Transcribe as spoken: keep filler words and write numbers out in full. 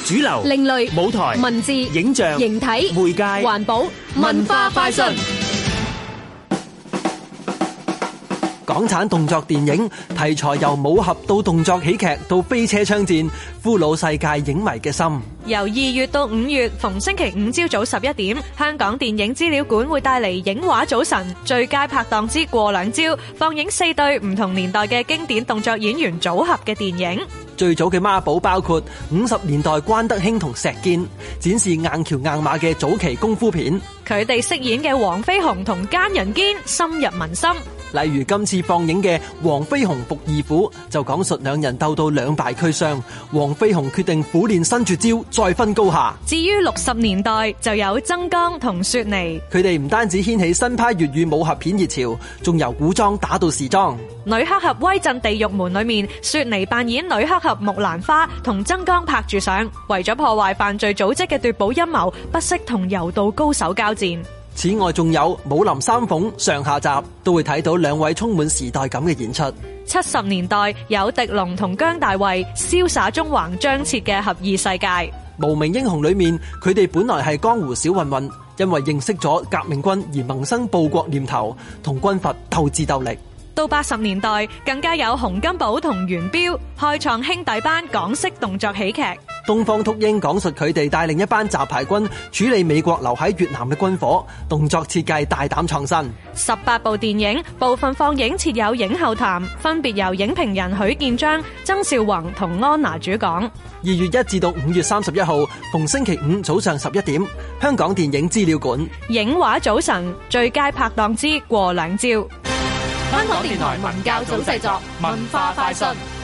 主流、 另類、 舞台、 文字、 影像、 形體、 媒介、 環保、文化快訊。 港產動作電影題材由武俠到動作喜劇到飛車槍戰，俘虜世界影迷嘅心。 由二月到五月，逢星期五朝早十一點，香港電影資料館會帶嚟影畫早晨最佳拍檔之過兩招，放映四對唔同年代嘅經典動作演員組合嘅電影。 最早嘅孖寶包括五十年代關德興同石堅，展示硬橋硬馬嘅早期功夫片。 佢哋飾演嘅黃飛鴻同奸人堅深入民心。 例如今次放映嘅《黃飛鴻伏二虎》，就講述兩人鬥到兩敗俱傷，黃飛鴻決定苦練新絕招，再分高下。 至於六十年代就有曾江同雪妮， 佢哋唔單止掀起新派粵語武俠片熱潮，仲由古裝打到時裝。 女黑俠威震地獄門裏面，雪妮扮演女黑俠木蘭花，同曾江拍住上，為咗破壞犯罪組織嘅奪寶陰謀，不惜同柔道高手交戰。 此外仲有武林三鳳上下集，都會睇到兩位充滿時代感嘅演出。 七十年代有狄龍同姜大衛瀟灑中橫張徹嘅俠義世界。 無名英雄裏面，佢哋本來係江湖小混混，因為認識咗革命軍而萌生報國念頭，同軍閥鬥智鬥力。 到八十年代，更加有洪金寶同元彪開創兄弟班港式動作喜劇。 東方禿鷹講述佢哋帶領一班雜牌軍處理美國留喺越南嘅軍火，動作設計大膽創新。 十八部電影，部分放映設有影後談，分別由影評人許建章、曾兆宏同安娜主講。 二月一至到五月三十一號，逢星期五早上十一點，香港電影資料館影畫早晨最佳拍檔之過兩招。 香港電台文教組製作，文化快訊。